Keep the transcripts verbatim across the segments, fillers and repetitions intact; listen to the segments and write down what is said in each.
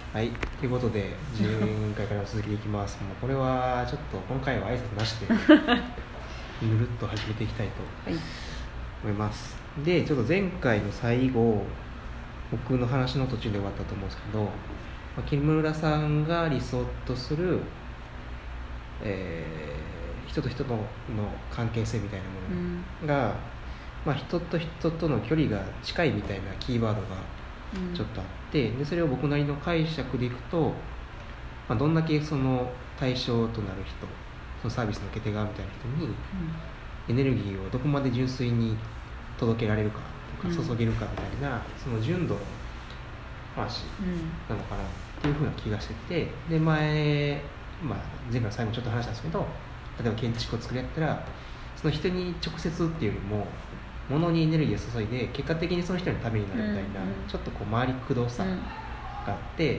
はい、ということでじゅうよんかいからの続きでいきます。もうこれはちょっと今回は挨拶なしでぬるっと始めていきたいと思います、はい、で、ちょっと前回の最後僕の話の途中で終わったと思うんですけど、木村さんが理想とする、えー、人と人との関係性みたいなものが、うんまあ、人と人との距離が近いみたいなキーワードがちょっとあって、うん、でそれを僕なりの解釈でいくと、まあ、どんだけその対象となる人、そのサービスの受け手側みたいな人にエネルギーをどこまで純粋に届けられるかとか注げるかみたいな、うん、その純度の話なのかなっていうふうな気がしてて、で前、まあ、前回の最後にちょっと話したんですけど、例えば建築を作りやったらその人に直接っていうよりも物にエネルギーを注いで結果的にその人のためになるみたいな、うんうん、ちょっとこう回りくどさがあって、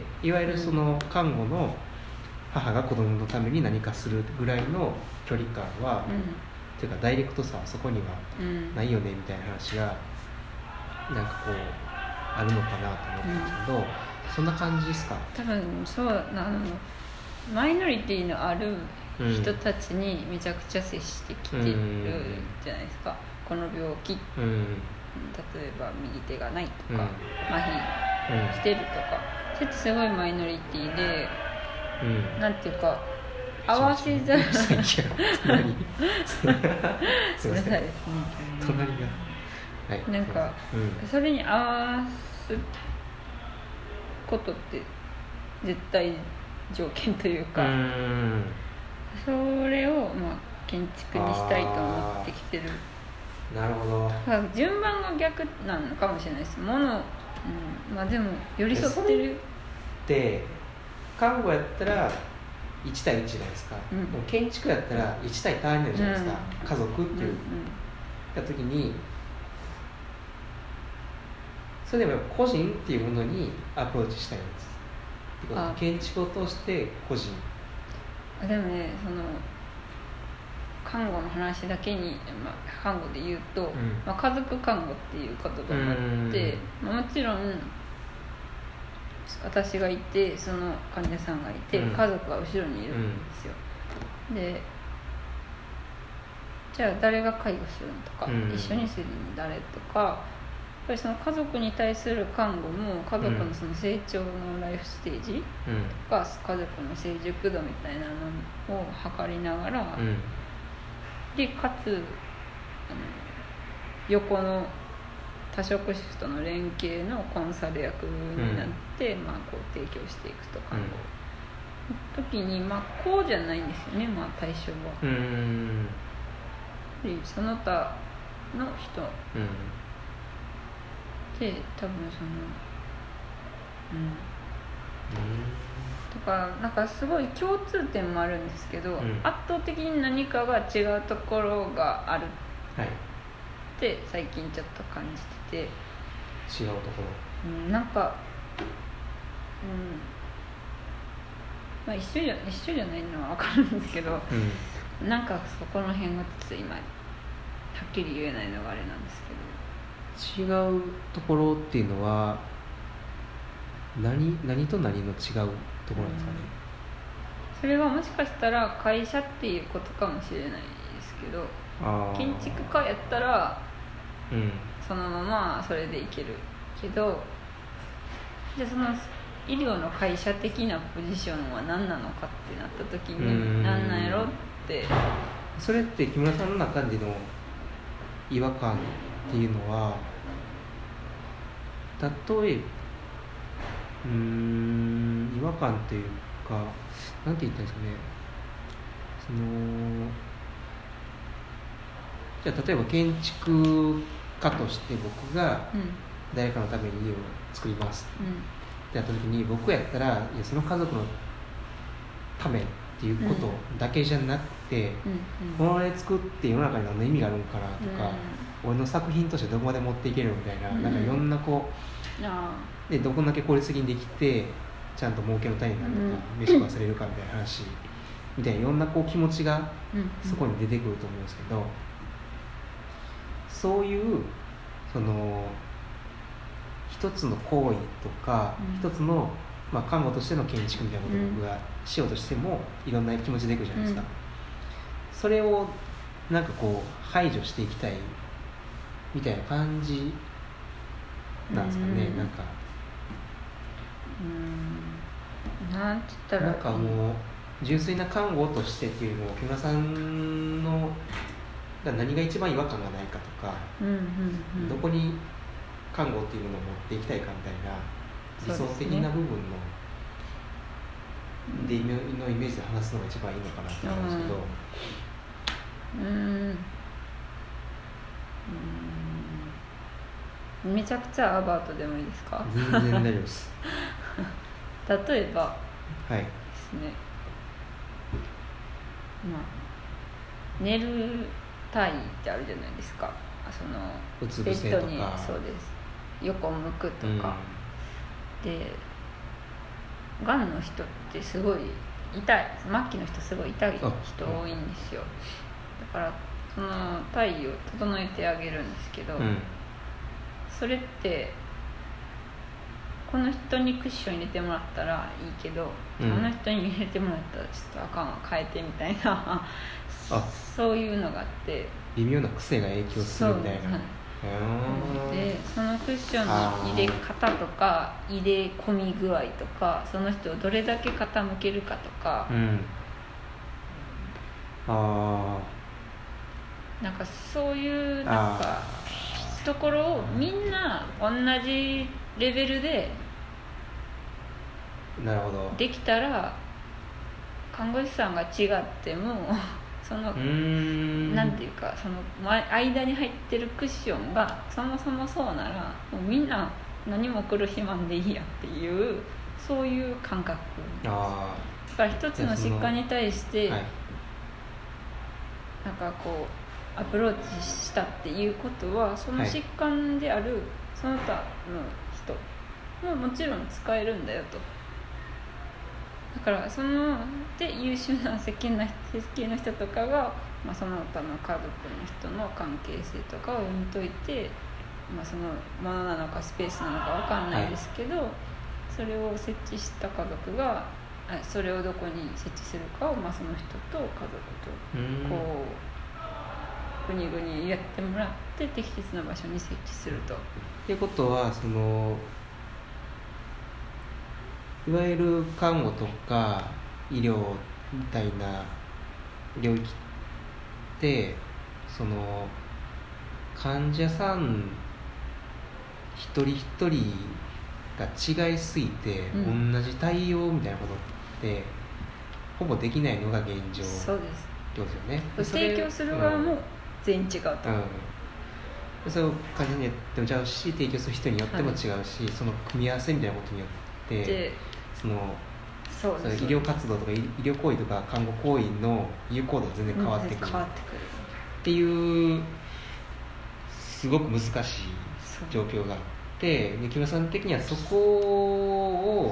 うん、いわゆるその看護の母が子供のために何かするぐらいの距離感は、うん、というかダイレクトさはそこにはないよねみたいな話がなんかこうあるのかなと思ったんですけど、うん、そんな感じですか？ 多分そうなの、マイノリティのある人たちにめちゃくちゃ接してきてるじゃないですか、うん、この病気、うん、例えば右手がないとか、うん、麻痺してるとか、それってすごいマイノリティで、うん、なんていうか合わせざるすみませんですね隣が、 はい、なんか、うん、それに合わすことって絶対条件というか、うんそれを、まあ、建築にしたいと思ってきてる。 なるほど。 順番が逆なのかもしれないです。もの、うん、まあでも寄り添ってる。 で、看護やったらいち対いちじゃないですか。うん、でも建築やったらいち対単になるじゃないですか。うん、家族っていう、うんうん、た時に、それでも個人っていうものにアプローチしたいんです。建築を通して個人。 でもね、その看護の話だけに、まあ、看護で言うと、うんまあ、家族看護っていう言葉があって、まあ、もちろん私がいてその患者さんがいて、うん、家族が後ろにいるんですよ、うん、でじゃあ誰が介護するのとか、うん、一緒にするの誰とか、やっぱりその家族に対する看護も家族のその成長のライフステージとか、うん、家族の成熟度みたいなのを測りながら、うん、でかつあの横の多職種との連携のコンサル役になって、うんまあ、こう提供していくと看護、うん、時に、まあ、こうじゃないんですよね、まあ、対象は、うん、でその他の人、うんで多分そのうん、うん、とかなんかすごい共通点もあるんですけど、うん、圧倒的に何かが違うところがあるって最近ちょっと感じてて、違うところ、うん、なんかうんまあ一緒じゃ一緒じゃないのは分かるんですけど、うん、なんかそこの辺がちょっと今はっきり言えないのがあれなんですけど、 違うところっていうのは 何, 何と何の違うところなんですかね、 うん、それはもしかしたら会社っていうことかもしれないですけど、建築家やったら、うん、そのままそれでいけるけど、じゃあその医療の会社的なポジションは何なのかってなった時に何なんやろって。 それって木村さんの中での違和感っていうのは、例えばうーん違和感というか、なんて言ったんですかね、そのじゃあ例えば建築家として僕が誰かのために家を作りますってやった時に、僕やったらいやその家族のためっていうことだけじゃなくて、この絵作って世の中に何の意味があるのかなとか、俺の作品としてどこまで持っていけるみたいな、なんかいろんなこうでどこだけ効率的にできてちゃんと儲けの種になるのか、飯食わされるかみたいな話みたいないろんなこう気持ちがそこに出てくると思うんですけど、そういうその一つの行為とか、うん、一つのまあ、看護としての建築みたいなことを僕がしようとしてもいろんな気持ちでいくじゃないですか、うん、それをなんかこう排除していきたいみたいな感じなんですかね、うん、なんかうんなんて言ったらなんかもう純粋な看護としてっていうのを木村さんの何が一番違和感がないかとか、 うんうんうん、 どこに看護っていうものを持っていきたいかみたいな理想的な部分の、でイメのイメージで話すのが一番いいのかなと思うんですけど、 うん、うんめちゃくちゃアバウトでもいいですか？ 全然大丈夫です例えばはいですね、まあ、寝る体位ってあるじゃないですか。そのうつ伏せとかベッドにそうです横向くとか、うん、でがんの人ってすごい痛い末期の人すごい痛い人多いんですよ。だからその体位を整えてあげるんですけど、うん、それってこの人にクッション入れてもらったらいいけど、うん、あの人に入れてもらったらちょっとあかんわ変えてみたいなそういうのがあって微妙な癖が影響するみたいな。 でそのクッションの入れ方とか入れ込み具合とかその人をどれだけ傾けるかとか、うん、 あなんかそういうなんかところをみんな同じレベルでなるほどできたら看護師さんが違ってもそのなんていうかその間に入ってるクッションがそもそもそうならもうみんな何も苦しまんでいいやっていうそういう感覚です。 あだから一つの疾患に対して、はい、なんかこうアプローチしたっていうことはその疾患であるその他の人ももちろん使えるんだよと。だからそので優秀な設計の設計の人とかが、まあ、その他の家族の人の関係性とかを読み解いて、まあ、そのものなのかスペースなのか分かんないですけど、はい、それを設置した家族がそれをどこに設置するかを、まあ、その人と家族とこう国々にやってもらって適切な場所に設置すると。 ということはそのいわゆる看護とか医療みたいな領域ってその患者さん一人一人が違いすぎて、うん、同じ対応みたいなことってほぼできないのが現状そうですですよね。 提供する側も全員違うと、 うん、それを患者によっても違うし提供する人によっても違うし、はい、その組み合わせみたいなことによってそのそうですその医療活動とか医療行為とか看護行為の有効度が全然変わってくる、 変わってくるっていうすごく難しい状況があってで木村さん的にはそこを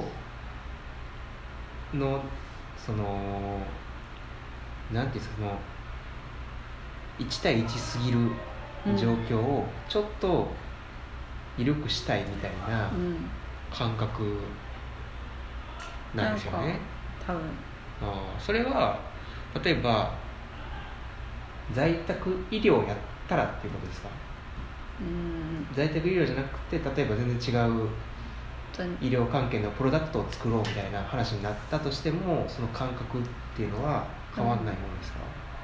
のそのなんていうんですかそのいち対いちすぎる状況をちょっと緩くしたいみたいな感覚なんですよね。 多分あそれは例えば在宅医療やったらっていうことですか？ うん在宅医療じゃなくて例えば全然違う医療関係のプロダクトを作ろうみたいな話になったとしてもその感覚っていうのは変わらないものですか？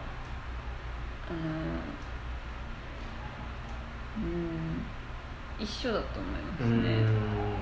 うん、うん一緒だと思いますね。うん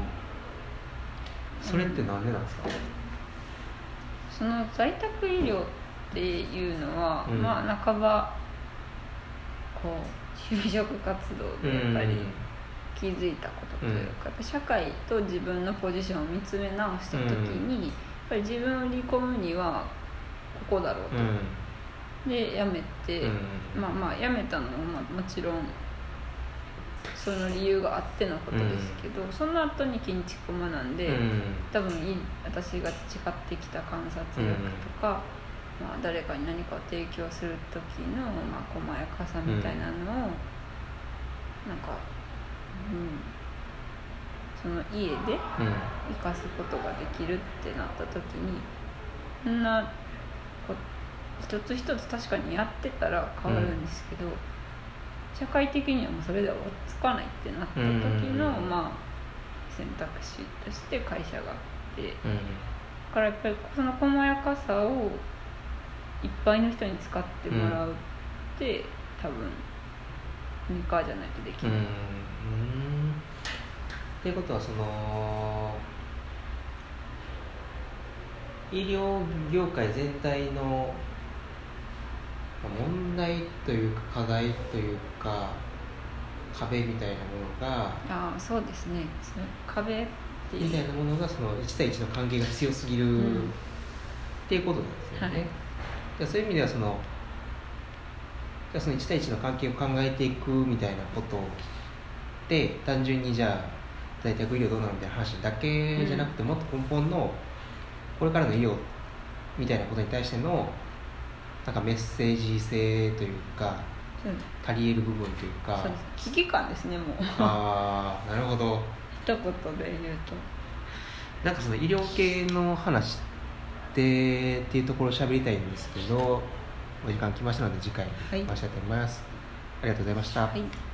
それってなんでなんですか？ その在宅医療っていうのは、うん、まあ半ばこう就職活動でやっぱり気づいたことというか、うん、やっぱ社会と自分のポジションを見つめ直した時に、うん、やっぱり自分を売り込むにはここだろうと、うん、で辞めて、まあまあ辞めたのももちろんその理由があってのことですけど、うん、その後に建築を学んで、うん、多分私が培ってきた観察力とか、うんまあ、誰かに何かを提供する時の、まあ、細やかさみたいなのを、うん、なんか、うん、 その家で生かすことができるってなった時に、そんなこ一つ一つ確かにやってたら変わるんですけど、うん、社会的にはもうそれでは追っつかないってなった時の、うん、まあ、選択肢として会社があって、うん、だからやっぱりその細やかさをいっぱいの人に使ってもらうって、うん、多分メーカーじゃないとできない。うんうんっていうことは、その医療業界全体の問題というか課題というか壁みたいなものが、 ああそうですね、その壁っていうみたいなものがそのいち対いちの関係が強すぎる、うん、っていうことなんですよね、はい、じゃあそういう意味ではそのじゃあそのいち対いちの関係を考えていくみたいなことで単純にじゃあ在宅医療どうなのみたいな話だけじゃなくて、うん、もっと根本のこれからの医療みたいなことに対してのなんかメッセージ性というか、うん、足り得る部分というか、 そうです、危機感ですね、もう。 ああ、なるほど。 一言で言うとなんかその医療系の話でっていうところを喋りたいんですけど、お時間来ましたので次回お話したいと思います、はい、ありがとうございました。 はい。